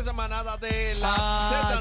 esa manada de la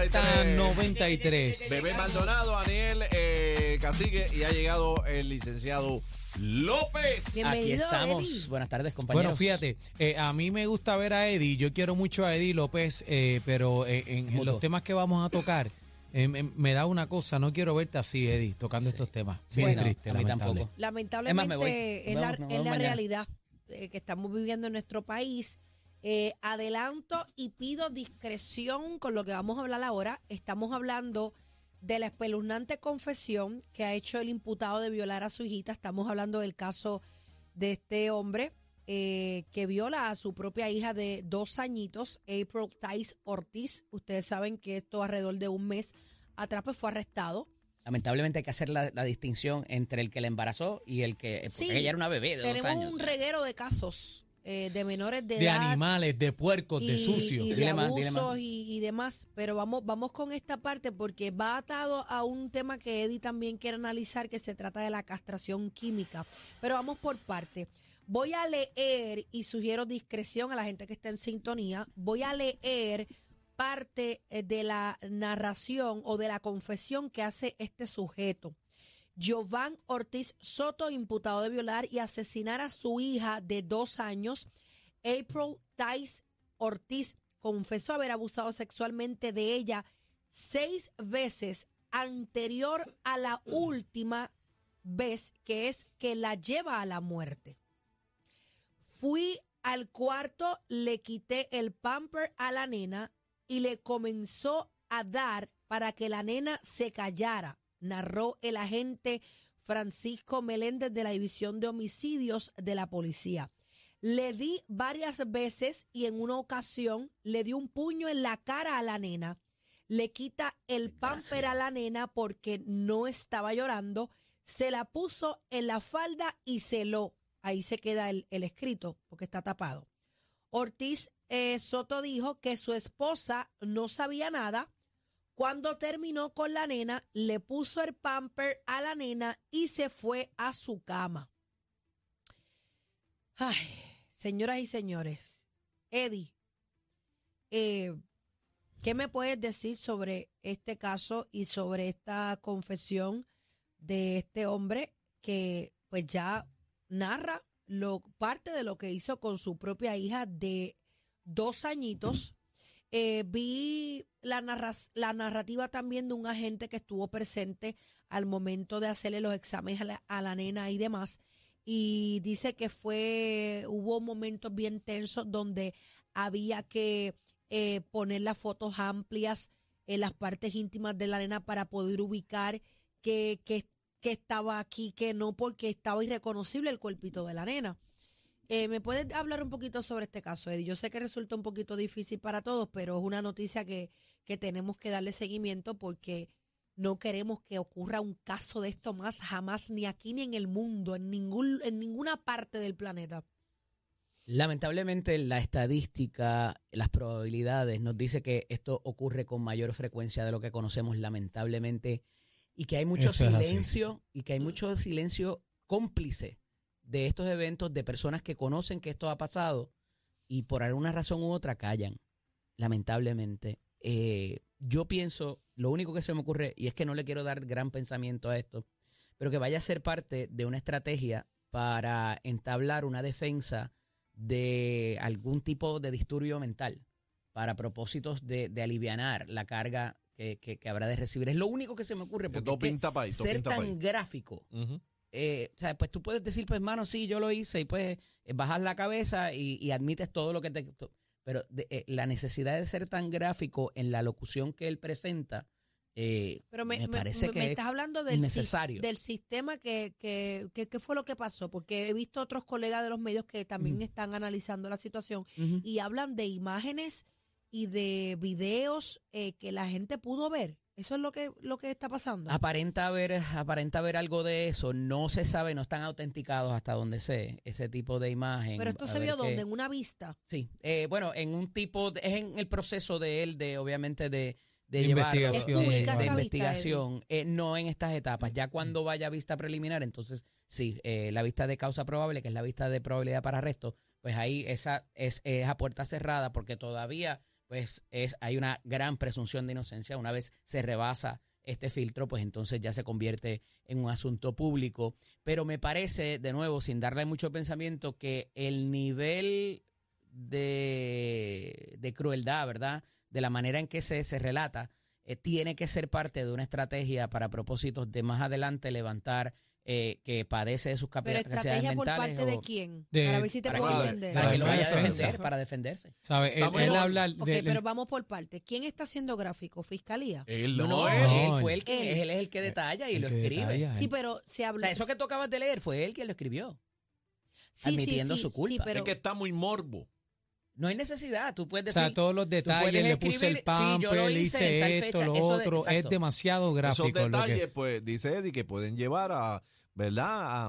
Z93. Bebé Maldonado, Aniel, Cacique, y ha llegado el licenciado López. Bienvenido, Aquí estamos. Eddie. Buenas tardes, compañeros. Bueno, fíjate, a mí me gusta ver a Eddie, yo quiero mucho a Eddie López, pero en Mutuo. los temas que vamos a tocar, me da una cosa, no quiero verte así, Eddie, tocando estos temas. Bien Bueno, triste, a mí lamentable. tampoco. Lamentablemente Es más, me voy. es Nos la, vemos- nos es vemos la mañana. realidad que estamos viviendo en nuestro país. Adelanto y pido discreción con lo que vamos a hablar ahora. Estamos hablando de la espeluznante confesión que ha hecho el imputado de violar a su hijita. Estamos hablando del caso de este hombre que viola a su propia hija de 2 añitos, April Tice Ortiz. Ustedes saben que esto alrededor de un mes atrás pues, fue arrestado. Lamentablemente hay que hacer la distinción entre el que la embarazó y el que... Porque Sí, ella era una bebé de 2 Tenemos años. un reguero de casos de menores de De edad. animales, de puercos, de sucios. Y de Dile más, abusos dile más. y demás. Pero vamos con esta parte porque va atado a un tema que Eddie también quiere analizar, que se trata de la castración química. Pero vamos por parte. Voy a leer, y sugiero discreción a la gente que está en sintonía, voy a leer parte de la narración o de la confesión que hace este sujeto. Jovan Ortiz Soto, imputado de violar y asesinar a su hija de 2 años, April Tice Ortiz, confesó haber abusado sexualmente de ella 6 veces anterior a la última vez, que es que la lleva a la muerte. Fui al cuarto, le quité el pamper a la nena y le comenzó a dar para que la nena se callara, narró el agente Francisco Meléndez de la División de Homicidios de la Policía. Le di varias veces y en una ocasión le di un puño en la cara a la nena. Le quita el pamper a la nena porque no estaba llorando. Se la puso en la falda y celó. Ahí se queda el escrito porque está tapado. Ortiz Soto dijo que su esposa no sabía nada. Cuando terminó con la nena, le puso el pamper a la nena y se fue a su cama. Ay, señoras y señores, Eddie, ¿qué me puedes decir sobre este caso y sobre esta confesión de este hombre que pues ya narra parte de lo que hizo con su propia hija de 2 añitos? Vi la narrativa también de un agente que estuvo presente al momento de hacerle los exámenes a la nena y demás, y dice que hubo momentos bien tensos donde había que poner las fotos amplias en las partes íntimas de la nena para poder ubicar que estaba aquí, que no, porque estaba irreconocible el cuerpito de la nena. ¿Me puedes hablar un poquito sobre este caso, Eddie? Yo sé que resulta un poquito difícil para todos, pero es una noticia que tenemos que darle seguimiento porque no queremos que ocurra un caso de esto más jamás, ni aquí ni en el mundo, en ninguna parte del planeta. Lamentablemente la estadística, las probabilidades nos dice que esto ocurre con mayor frecuencia de lo que conocemos, lamentablemente, y que hay mucho Eso es así. silencio y que hay mucho silencio cómplice de estos eventos, de personas que conocen que esto ha pasado y por alguna razón u otra callan, lamentablemente. Yo pienso, lo único que se me ocurre, y es que no le quiero dar gran pensamiento a esto, pero que vaya a ser parte de una estrategia para entablar una defensa de algún tipo de disturbio mental para propósitos de alivianar la carga que habrá de recibir. Es lo único que se me ocurre, porque Todo es que pinta pa' ahí, todo ser pinta pa' tan ahí. gráfico, o sea, pues tú puedes decir, pues hermano, sí, yo lo hice, y pues bajas la cabeza y admites todo lo que pero la necesidad de ser tan gráfico en la locución que él presenta, Pero me parece que me es estás hablando del innecesario. del sistema que fue lo que pasó, porque he visto otros colegas de los medios que también están analizando la situación Ujú. y hablan de imágenes y de videos que la gente pudo ver. Eso es lo que está pasando. Aparenta haber algo de eso. No se sabe, no están autenticados hasta donde sé ese tipo de imagen. Pero esto A se ver vio qué- donde, en una vista. Sí, bueno, en un tipo, es en el proceso de él, obviamente de De llevarlo, investigación. Es pública de esta investigación, no en estas etapas. Ya cuando vaya a vista preliminar, entonces sí, la vista de causa probable, que es la vista de probabilidad para arresto, pues ahí esa es a puerta cerrada, porque todavía pues hay una gran presunción de inocencia. Una vez se rebasa este filtro, pues entonces ya se convierte en un asunto público. Pero me parece, de nuevo, sin darle mucho pensamiento, que el nivel de crueldad, ¿verdad?, de la manera en que se relata, tiene que ser parte de una estrategia para propósitos de más adelante levantar que padece de sus Pero capacidades estrategia por mentales. parte de quién? de- Para ver si te para puedo que- entender. Para que lo vaya a defensa. defender, para defenderse. ¿Sabe? Él, Vamos él a- habla Ok, de... pero vamos por parte. ¿Quién está haciendo gráfico? ¿Fiscalía? Él No, no, no, él. No, él fue el que, él. él es el que detalla y el lo que escribe. detalla, Sí, él. pero se O habla... sea, eso que tú acabas de leer fue él quien lo escribió. Sí, admitiendo su Sí, culpa. pero Es que está muy morbo. No hay necesidad, tú puedes O decir... sea, todos los detalles, puedes le puse escribir, el pamper, sí, yo lo le hice en tal hice esto, fecha, lo eso otro. Es exacto. demasiado gráfico. Esos lo que- detalles, pues, dice Eddie, que pueden llevar a, ¿verdad?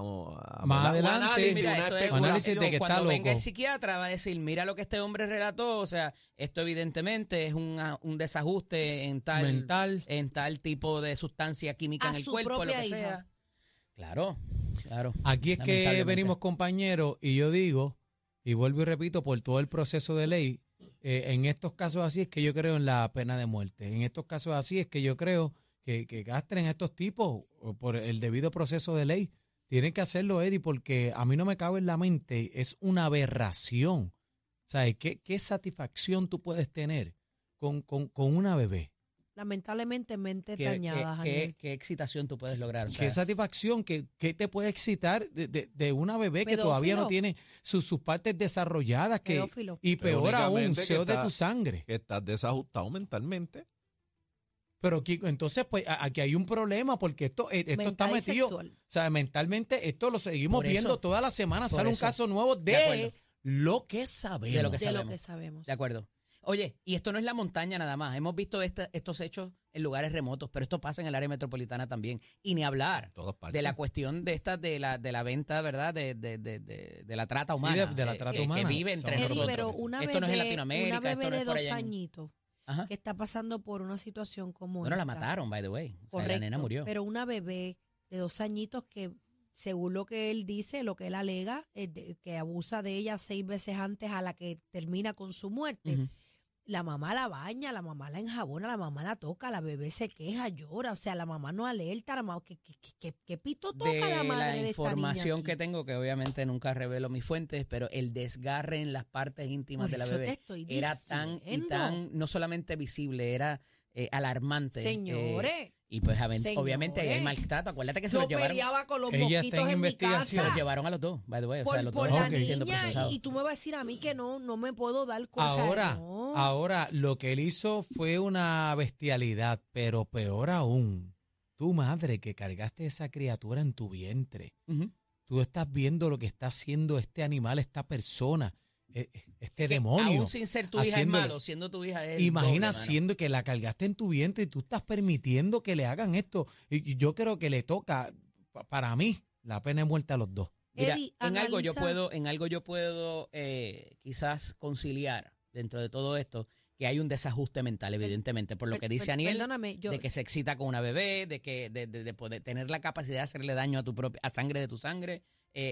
Más ¿verdad? adelante, Un análisis, Mira, una esto es un análisis de que especulación. está cuando venga el loco. psiquiatra va a decir, mira lo que este hombre relató, o sea, esto evidentemente es un desajuste en mental. tal tipo de sustancia química A en el su cuerpo, lo propia que hija. sea. Claro, claro. Aquí es que Lamentablemente. venimos, compañeros, y yo digo, y vuelvo y repito, por todo el proceso de ley, en estos casos así es que yo creo en la pena de muerte. En estos casos así es que yo creo que castren a estos tipos por el debido proceso de ley. Tienen que hacerlo, Eddie, porque a mí no me cabe en la mente, es una aberración. ¿Sabes? ¿Qué satisfacción tú puedes tener con una bebé? lamentablemente mentes ¿Qué, dañadas, qué- Aniel. qué excitación tú puedes lograr? O sea, ¿Qué satisfacción? ¿Qué te puede excitar de una bebé que todavía no Pedófilo. tiene sus partes desarrolladas? Pedófilo. Y Pero peor aún, únicamente que seo de está- tu sangre. Que estás desajustado mentalmente. Pero entonces, pues aquí hay un problema porque esto está Mental y metido. sexual. O sea, mentalmente esto lo seguimos Por eso- viendo toda la semana. por Sale un eso. caso nuevo De de acuerdo. lo que sabemos. De lo que De lo sabemos. que sabemos. De acuerdo. Oye, y esto no es la montaña nada más. Hemos visto estos hechos en lugares remotos, pero esto pasa en el área metropolitana también. Y ni hablar En todas partes. de la cuestión de la venta, ¿verdad? De la trata Sí, humana. de la trata que humana. vive entre Somos Eddie, nosotros. pero una Esto no es en bebé, Latinoamérica, una esto bebé no de es por 2 allá en- añitos Ajá. que está pasando por una situación como Bueno, la esta. mataron, by the way. O sea, Correcto, la nena murió. pero una bebé de 2 añitos que, según lo que él dice, lo que él alega, que abusa de ella 6 veces antes a la que termina con su muerte. Ujú. La mamá la baña, la mamá la enjabona, la mamá la toca, la bebé se queja, llora, o sea, la mamá no alerta, la mamá, ¿qué pito toca De la madre la de esta información niña que aquí? tengo, que obviamente nunca revelo mis fuentes, pero el desgarre en las partes íntimas Por de la eso te bebé estoy era tan y diciendo. tan, no solamente visible, era alarmante. Señores, Y pues Señores. obviamente ahí hay maltrato. Acuérdate que se yo los llevaron. peleaba con los Ella está mosquitos en en mi investigación. Se casa los llevaron a los dos, by the way. O sea, los por dos la están siendo niña procesados. y tú me vas a decir a mí que no me puedo dar cosas. no. Ahora, lo que él hizo fue una bestialidad, pero peor aún, tu madre que cargaste esa criatura en tu vientre. Ujú. Tú estás viendo lo que está haciendo este animal, esta persona, este Que demonio. Aún sin ser tu hija es haciéndole- malo, siendo tu hija es el Imagina doble, mano. siendo que la cargaste en tu vientre y tú estás permitiendo que le hagan esto. Y yo creo que le toca, para mí, la pena de muerte a los dos. Mira, Eddie, en algo analiza- yo puedo quizás conciliar dentro de todo esto que hay un desajuste mental, evidentemente, por lo que dice Aniel, Perdóname, yo, de que se excita con una bebé, de poder tener la capacidad de hacerle daño a tu propia, a sangre de tu sangre,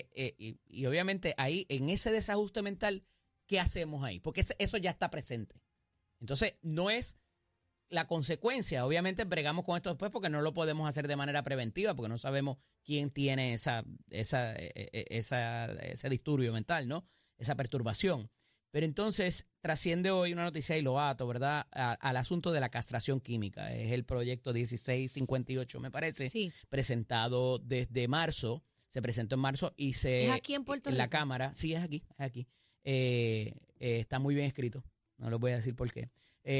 y obviamente ahí, en ese desajuste mental, ¿qué hacemos ahí? Porque eso ya está presente. Entonces, no es la consecuencia. Obviamente bregamos con esto después porque no lo podemos hacer de manera preventiva, porque no sabemos quién tiene ese disturbio mental, ¿no? Esa perturbación. Pero entonces trasciende hoy una noticia y lo ato, ¿verdad? Al asunto de la castración química. Es el proyecto 1658, me parece, sí, presentado desde marzo. Se presentó en marzo y es aquí en Puerto en la Rico. Cámara. Sí, es aquí, es aquí. Está muy bien escrito. No les voy a decir por qué.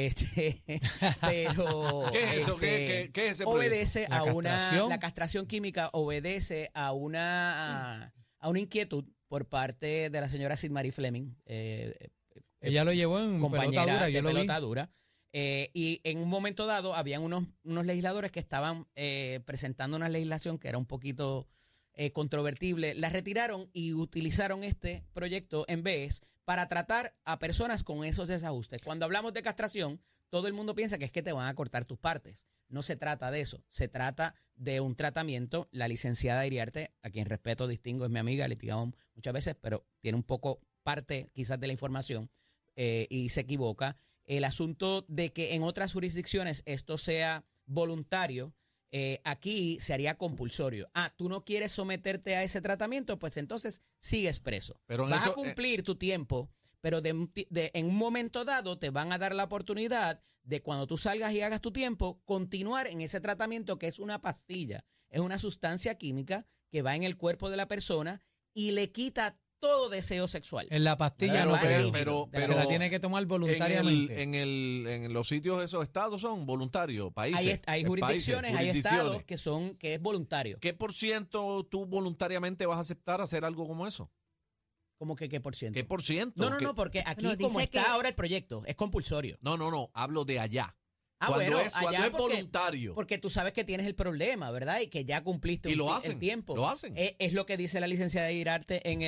Pero ¿Qué es eso? ¿Qué es ese proyecto? obedece La a castración. la castración química obedece a una inquietud por parte de la señora Sid Marie Fleming, Ella lo llevó en compañera pelota dura, de yo lo vi. pelota dura. Y en un momento dado habían unos legisladores que estaban presentando una legislación que era un poquito controvertible. La retiraron y utilizaron este proyecto en vez para tratar a personas con esos desajustes. Cuando hablamos de castración, todo el mundo piensa que es que te van a cortar tus partes. No se trata de eso. Se trata de un tratamiento. La licenciada Iriarte, a quien respeto, distingo, es mi amiga, litigamos muchas veces, pero tiene un poco parte quizás de la información y se equivoca. El asunto de que en otras jurisdicciones esto sea voluntario, aquí se haría compulsorio. ¿Tú no quieres someterte a ese tratamiento? Pues entonces sigues preso. Pero Vas a cumplir tu tiempo, pero en un momento dado te van a dar la oportunidad de cuando tú salgas y hagas tu tiempo, continuar en ese tratamiento que es una pastilla. Es una sustancia química que va en el cuerpo de la persona y le quita todo deseo sexual. En la pastilla no, pero se la tiene que tomar voluntariamente. En los sitios de esos estados son voluntarios, países. Hay jurisdicciones, hay estados que es voluntario. ¿Qué por ciento tú voluntariamente vas a aceptar hacer algo como eso? ¿Cómo que qué por ciento? ¿Qué por ciento? No, porque aquí como está ahora el proyecto, es compulsorio. No, hablo de allá. Cuando es voluntario. Porque tú sabes que tienes el problema, ¿verdad? Y que ya cumpliste el tiempo. Lo hacen. Es lo que dice la licenciada Irarte en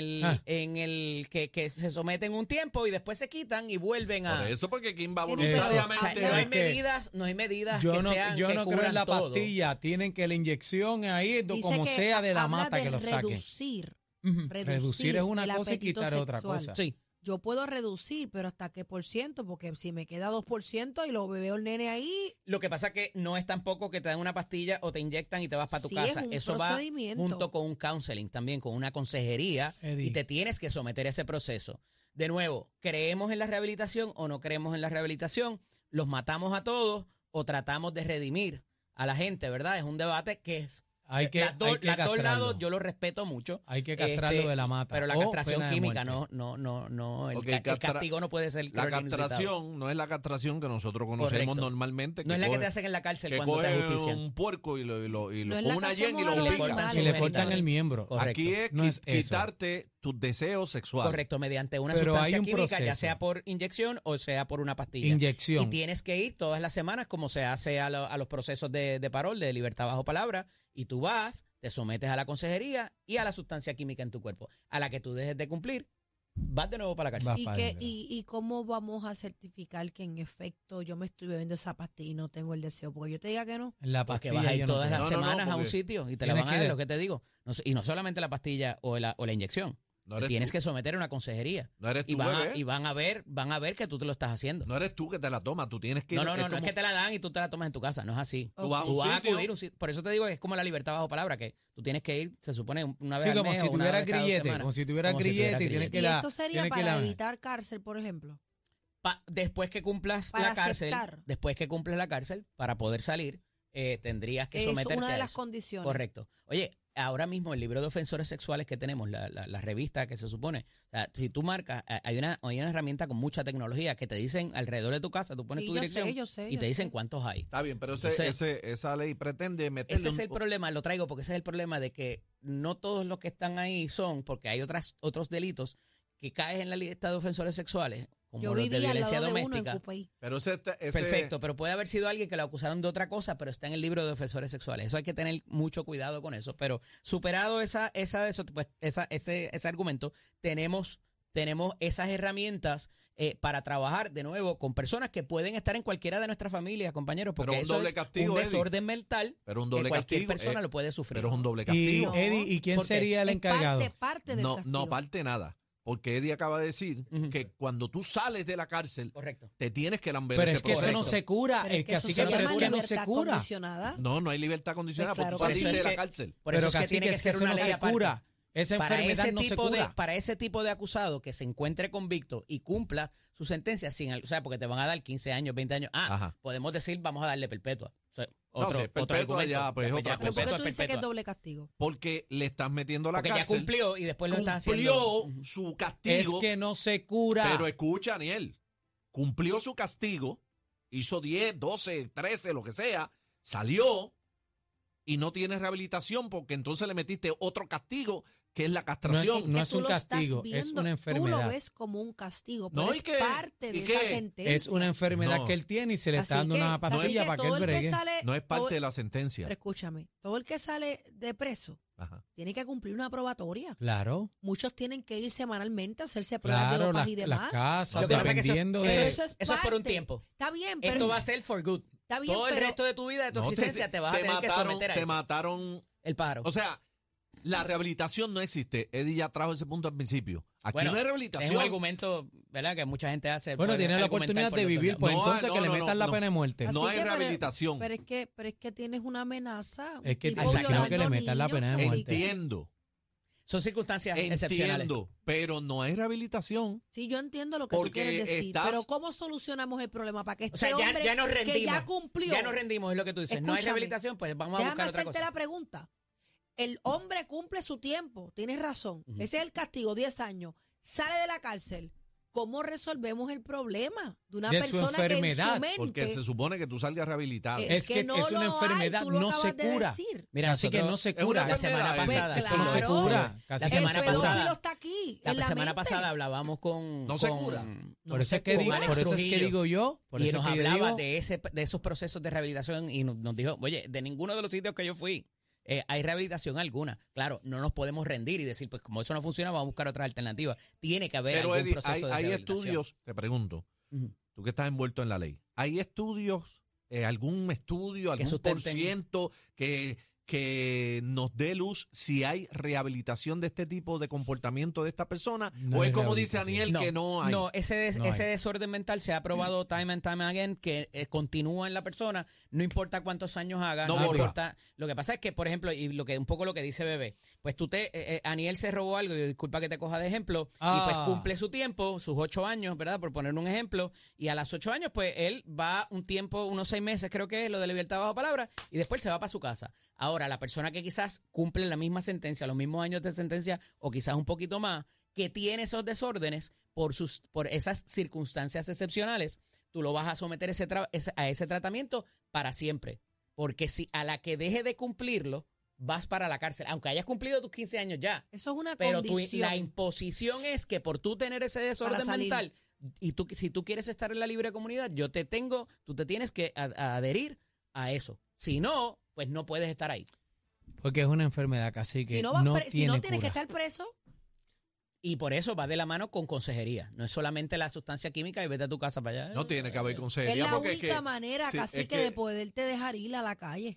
el que se someten un tiempo y después se quitan y vuelven a. Por eso, porque quien va voluntariamente. O sea, no hay medidas yo que no, sean yo que no creo en la todo. pastilla. Tienen que la inyección ahí, como sea de la mata que lo saquen. Reducir es una cosa y quitar es otra cosa. Sí. Yo puedo reducir, pero ¿hasta qué por ciento? Porque si me queda 2% y lo veo el nene ahí. Lo que pasa es que no es tampoco que te dan una pastilla o te inyectan y te vas para tu casa. Eso va junto con un counseling también, con una consejería, y te tienes que someter a ese proceso. De nuevo, ¿creemos en la rehabilitación o no creemos en la rehabilitación? ¿Los matamos a todos o tratamos de redimir a la gente, verdad? Es un debate que es... Hay que las dos lados yo lo respeto mucho. Hay que castrarlo de la mata. Pero la castración química no. El castigo no puede ser. La castración no es la castración que nosotros conocemos normalmente. No es la que te hacen en la cárcel cuando te ajustician. Un puerco y una yen y lo pican. Y le cortan el miembro. Correcto. Aquí es quitarte tus deseos sexuales. Correcto, mediante una sustancia química, ya sea por inyección o sea por una pastilla. Inyección. Y tienes que ir todas las semanas, como se hace a los procesos de parol, de libertad bajo palabra, y tú vas, te sometes a la consejería y a la sustancia química en tu cuerpo. A la que tú dejes de cumplir, vas de nuevo para la cárcel. ¿Y cómo vamos a certificar que en efecto yo me estoy bebiendo esa pastilla y no tengo el deseo? Porque yo te diga que no. La Porque pastilla vas a ir todas las semanas a un porque sitio y te la van a dar, lo que te digo. Y no solamente la pastilla o la inyección. Tienes que someter a una consejería. No eres tú, y van a ver que tú te lo estás haciendo. No eres tú que te la tomas, tú tienes que... No es que te la dan y tú te la tomas en tu casa, no es así. Tú vas a acudir por eso te digo que es como la libertad bajo palabra, que tú tienes que ir, se supone, una vez Sí, al como mes si o una tuviera vez cada 2 grillete, semanas. como si tuviera grillete y tienes que ¿Y esto sería para evitar cárcel, por ejemplo? Después que cumplas Para la cárcel, aceptar. después que cumples la cárcel, para poder salir, tendrías que someterte a eso. Es una de las condiciones. Correcto. Oye, ahora mismo el libro de ofensores sexuales que tenemos, la revista que se supone, o sea, si tú marcas, hay una herramienta con mucha tecnología que te dicen alrededor de tu casa, tú pones tu dirección y te dicen cuántos hay. Está bien, pero Entonces, esa ley pretende meterle... Ese es el problema, lo traigo porque ese es el problema de que no todos los que están ahí son, porque hay otros delitos que caes en la lista de ofensores sexuales, como yo los de violencia al lado doméstica. De uno en Cupey. Pero Perfecto, pero puede haber sido alguien que lo acusaron de otra cosa, pero está en el libro de ofensores sexuales. Eso hay que tener mucho cuidado con eso. Pero superado ese argumento, tenemos esas herramientas para trabajar de nuevo con personas que pueden estar en cualquiera de nuestras familias, compañeros, porque pero eso es castigo, un desorden mental pero un doble que cualquier castigo, persona lo puede sufrir. Pero es un doble Y castigo. Eddie, ¿y quién sería el encargado? Parte del castigo. No parte nada. Porque Eddie acaba de decir que cuando tú sales de la cárcel, correcto, te tienes que lamber pero ese es que proceso. eso no se cura. Pero Es que así se que llama es que no se libertad cura. condicionada. No hay libertad condicionada Pues porque claro tú que saliste sí. de la cárcel. Por Pero eso casi tiene que que es que ser eso una no ley se aparte. cura. Esa enfermedad no se cura. Para ese tipo de acusado que se encuentre convicto y cumpla su sentencia o sea, porque te van a dar 15 años, 20 años. Podemos decir, vamos a darle perpetua. O sea, otro perpetua ya, pues, otra ¿Pero cosa. por qué tú dices que es doble castigo? Porque le estás metiendo a la porque cárcel. ya cumplió y después lo estás haciendo. Cumplió su castigo. Es que no se cura. Pero escucha, Aniel. Cumplió su castigo, hizo 10, 12, 13, lo que sea, salió y no tiene rehabilitación porque entonces le metiste otro castigo que es la castración. No es un castigo, es una enfermedad. Tú lo ves como un castigo, pero No, ¿y es qué? parte de ¿Y esa qué? sentencia. Es una enfermedad que él tiene y se le está dando una pastilla para que él bregue. No es parte de la sentencia. Pero escúchame, todo el que sale de preso tiene que cumplir una probatoria. Claro. Muchos tienen que ir semanalmente a hacerse pruebas de dopaje y demás. Las casas, Lo que pasa es que dependiendo de... Eso es por un parte. tiempo. Está bien, pero... Esto va a ser for good. Está bien, todo el pero... resto de tu vida, de tu existencia, te vas a tener que someter a te eso. mataron El pájaro. O sea, La rehabilitación no existe. Eddie ya trajo ese punto al principio. Aquí Bueno, no hay es rehabilitación. un argumento, ¿verdad? Que mucha gente hace. Bueno, puede tiene la argumentar oportunidad por de los dos vivir, lados. pues No, entonces no, que le no, metan la no. pena de muerte. Así No hay que, rehabilitación. Pero es que tienes una amenaza. Es que tipo exige violando que le metan la niños, pena de así muerte. que- Entiendo. Son circunstancias excepcionales. Entiendo. Pero no hay rehabilitación. Sí, yo entiendo lo que tú Porque quieres decir, estás- pero ¿cómo solucionamos el problema para que este O sea, hombre ya nos rendimos. que ya cumplió? Ya nos rendimos, es lo que tú dices. No hay Escúchame. rehabilitación, pues vamos a Déjame buscar otra hacerte cosa. la pregunta. El hombre cumple su tiempo, tienes razón. Ujú. Ese es el castigo, 10 años. Sale de la cárcel. ¿Cómo resolvemos el problema de una De su persona que en enfermedad? su mente Porque se supone que tú salgas rehabilitado. Es que no es una lo hay, enfermedad, tú lo no se acabas de cura. decir. Mira, Así que nosotros- no se una cura. La semana enfermedad, pasada. Pues Eso no se claro. cura. Casi La El semana pedófilo pasada. está aquí. La en la semana mente. pasada hablábamos con. No se con- cura. No Por eso se es que cura. digo, Alex por eso es que Trujillo. digo yo, por y eso nos es que yo hablaba digo, de esos procesos de rehabilitación y nos dijo, oye, de ninguno de los sitios que yo fui hay rehabilitación alguna. Claro, no nos podemos rendir y decir, pues como eso no funciona, vamos a buscar otras alternativas. Tiene que haber Pero algún Eddie, proceso de hay rehabilitación. estudios, te pregunto, Ujú. tú que estás envuelto en la ley, ¿hay estudios, algún estudio, Que algún sustenten. porciento que nos dé luz si hay rehabilitación de este tipo de comportamiento de esta persona? No ¿O hay es como dice rehabilitación. Aniel que no hay? No, No ese hay. desorden mental se ha probado time and time again que continúa en la persona, no importa cuántos años haga, No no, borra. importa. Lo que pasa es que, por ejemplo, y un poco lo que dice Bebé, pues Aniel se robó algo, y disculpa que te coja de ejemplo, y pues cumple su tiempo, sus 8 años, ¿verdad? Por poner un ejemplo, y a las 8 años, pues él va un tiempo, unos 6 meses, creo que es lo de libertad bajo palabra, y después se va para su casa. Ahora, la persona que quizás cumple la misma sentencia, los mismos años de sentencia, o quizás un poquito más, que tiene esos desórdenes por esas circunstancias excepcionales, tú lo vas a someter a ese tratamiento para siempre. Porque si a la que deje de cumplirlo, vas para la cárcel, aunque hayas cumplido tus 15 años ya. Eso es una Pero condición. la imposición es que por tú tener ese desorden salir. mental, y si tú quieres estar en la libre comunidad, tú te tienes que adherir a eso. Si no, pues no puedes estar ahí. porque es una enfermedad, casi que si no, si no tienes que estar preso, Y por eso va de la mano con consejería. No es solamente la sustancia química y vete a tu casa para allá. No tiene que haber es consejería la porque única manera, sí, casi es que de poderte dejar ir a la calle.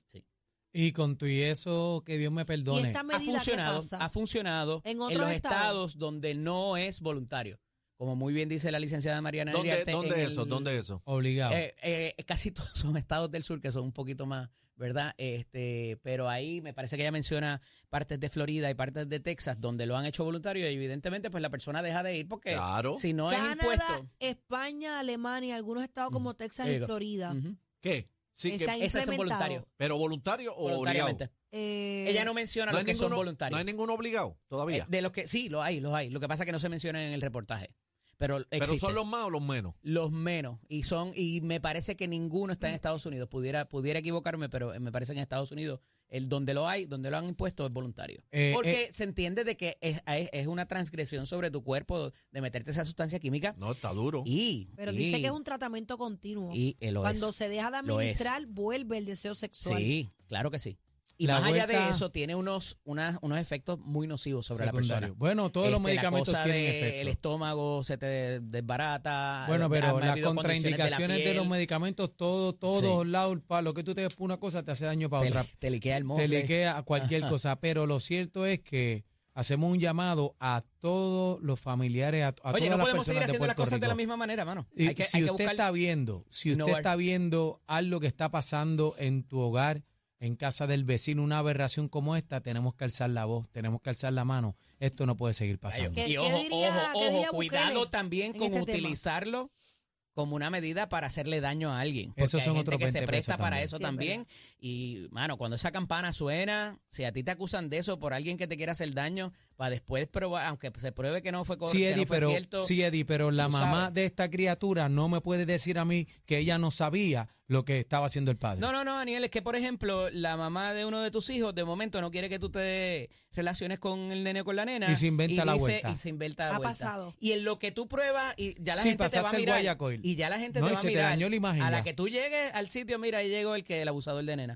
Y con tu y eso, que Dios me Y perdone. esta Ha medida, ¿qué funcionado, pasa? ha funcionado En en otros los estados. estados donde no es voluntario. Como muy bien dice la licenciada Mariana Iriarte, ¿Dónde en eso? el- ¿Dónde eso? Obligado. Casi todos son estados del sur que son un poquito más, ¿verdad? Pero ahí me parece que ella menciona partes de Florida y partes de Texas donde lo han hecho voluntario y evidentemente pues la persona deja de ir porque Claro. si no es Canadá, impuesto. España, Alemania, algunos estados como Texas y Digo, Florida. Ujú. ¿Qué? Sí, Se ha que, Esas son implementado. voluntarios. ¿pero voluntario o Voluntariamente. obligado? Ella no menciona No los hay, que son ninguno, voluntarios. no hay ninguno obligado todavía. De los que sí, los hay. Lo que pasa es que no se menciona en el reportaje. Pero ¿Pero existe. son los más o los menos? Los menos. Y me parece que ninguno está en Estados Unidos. Pudiera equivocarme, pero me parece que en Estados Unidos, donde lo han impuesto es voluntario. Porque se entiende de que es una transgresión sobre tu cuerpo de meterte esa sustancia química. No, está duro. Pero dice que es un tratamiento continuo. Lo Cuando es. se deja de Lo es. administrar, vuelve el deseo sexual. Sí, claro que sí. Y La más allá de vuelta- eso, tiene unos efectos muy nocivos sobre la secundario. persona. Bueno, todos los La medicamentos cosa tienen de efecto. El estómago se te desbarata. Bueno, pero ha las habido contraindicaciones de los piel, medicamentos, todos lados, para lo que tú te ves por una cosa te hace daño para otra. te liquea el Te mofle. liquea a cualquier Ajá. cosa. Pero lo cierto es que hacemos un llamado a todos los familiares, a Oye, todas no las podemos seguir personas de haciendo las Puerto cosas de la Rico. misma manera, mano. Y Hay que si usted buscar. está viendo, innovar. algo que está pasando en tu hogar, en casa del vecino, una aberración como esta, tenemos que alzar la voz, tenemos que alzar la mano. Esto no puede seguir pasando. ¿Qué- Y qué ojo, diría- qué diría cuidado Bukele también en con este tema? utilizarlo como una medida para hacerle daño a alguien. Porque Esos son hay otros gente que 20 se presta pesos para también. eso Sí, es también. Y, mano, cuando esa campana suena, si a ti te acusan de eso por alguien que te quiera hacer daño, para después probar, aunque se pruebe que no fue correcto, Sí, que Eddie, no fue cierto. pero la tú mamá sabes. de esta criatura no me puede decir a mí que ella no sabía lo que estaba haciendo el padre. No, Daniel, es que, por ejemplo, la mamá de uno de tus hijos de momento no quiere que tú te relaciones con el nene o con la nena. Y se inventa la vuelta. Y se inventa la Ha vuelta. pasado. Y en lo que tú pruebas, y ya la Sí, gente te va a pasaste el mirar. guayacoil. Y ya la gente No, te y va a se te mirar. dañó la imagen a la ya. que tú llegues al sitio, mira, ahí llegó el abusador de nena.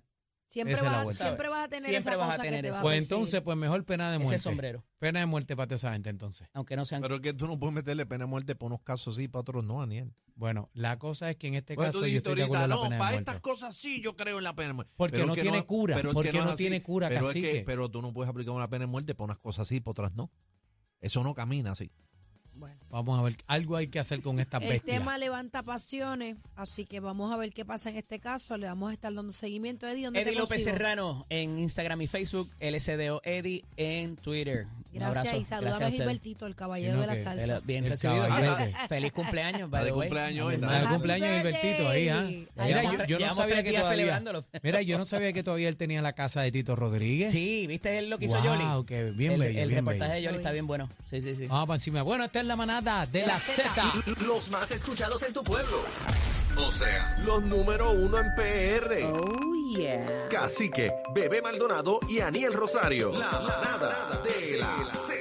Siempre Esa es la vas, vuelta. siempre vas a tener Siempre esa vas a cosa que tener te va eso. a Pues perseguir. entonces, pues mejor pena de muerte. Ese sombrero. Pena de muerte para toda esa gente entonces. Aunque no sean. Pero es que tú no puedes meterle pena de muerte para unos casos sí, para otros no, Daniel. Bueno, la cosa es que en este Pues caso tú yo dijiste estoy de acuerdo ahorita, en la pena para de muerte. estas cosas sí yo creo en la pena de muerte. Porque Pero no es que tiene cura, pero es porque que no es tiene así. cura, pero cacique. pero tú no puedes aplicar una pena de muerte para unas cosas sí, para otras no. Eso no camina así. Bueno. Vamos a ver, algo hay que hacer con esta El bestia. tema levanta pasiones, así que vamos a ver qué pasa en este caso. Le vamos a estar dando seguimiento. Eddie, ¿dónde Eddie te López consigo? Serrano en Instagram y Facebook, LSDO Eddie en Twitter. Un Gracias abrazo. y saludar Gracias a a ustedes. Gilbertito, el caballero Sí, no, de la que- salsa. Bien El recibido. caballete. Feliz cumpleaños, by Feliz the way. cumpleaños, Ay, ¿verdad? Feliz Happy cumpleaños, Gilbertito, ahí, ¿ah? birthday. Mira, Llevamos yo no llevamos sabía 3 que días todavía. celebrándolo. Mira, yo no sabía que todavía él tenía la casa de Tito Rodríguez. Sí, ¿viste lo que hizo Wow, Yoli? que bien el, bello, el bien reportaje bello. de Yoli está bien bueno. Sí, sí, sí. Vamos para encima. Bueno, esta es la manada de la Z. Los más escuchados en tu pueblo. O sea, los número 1 en PR. Oh, yeah. Cacique, Bebé Maldonado y Aniel Rosario. La manada de la Z.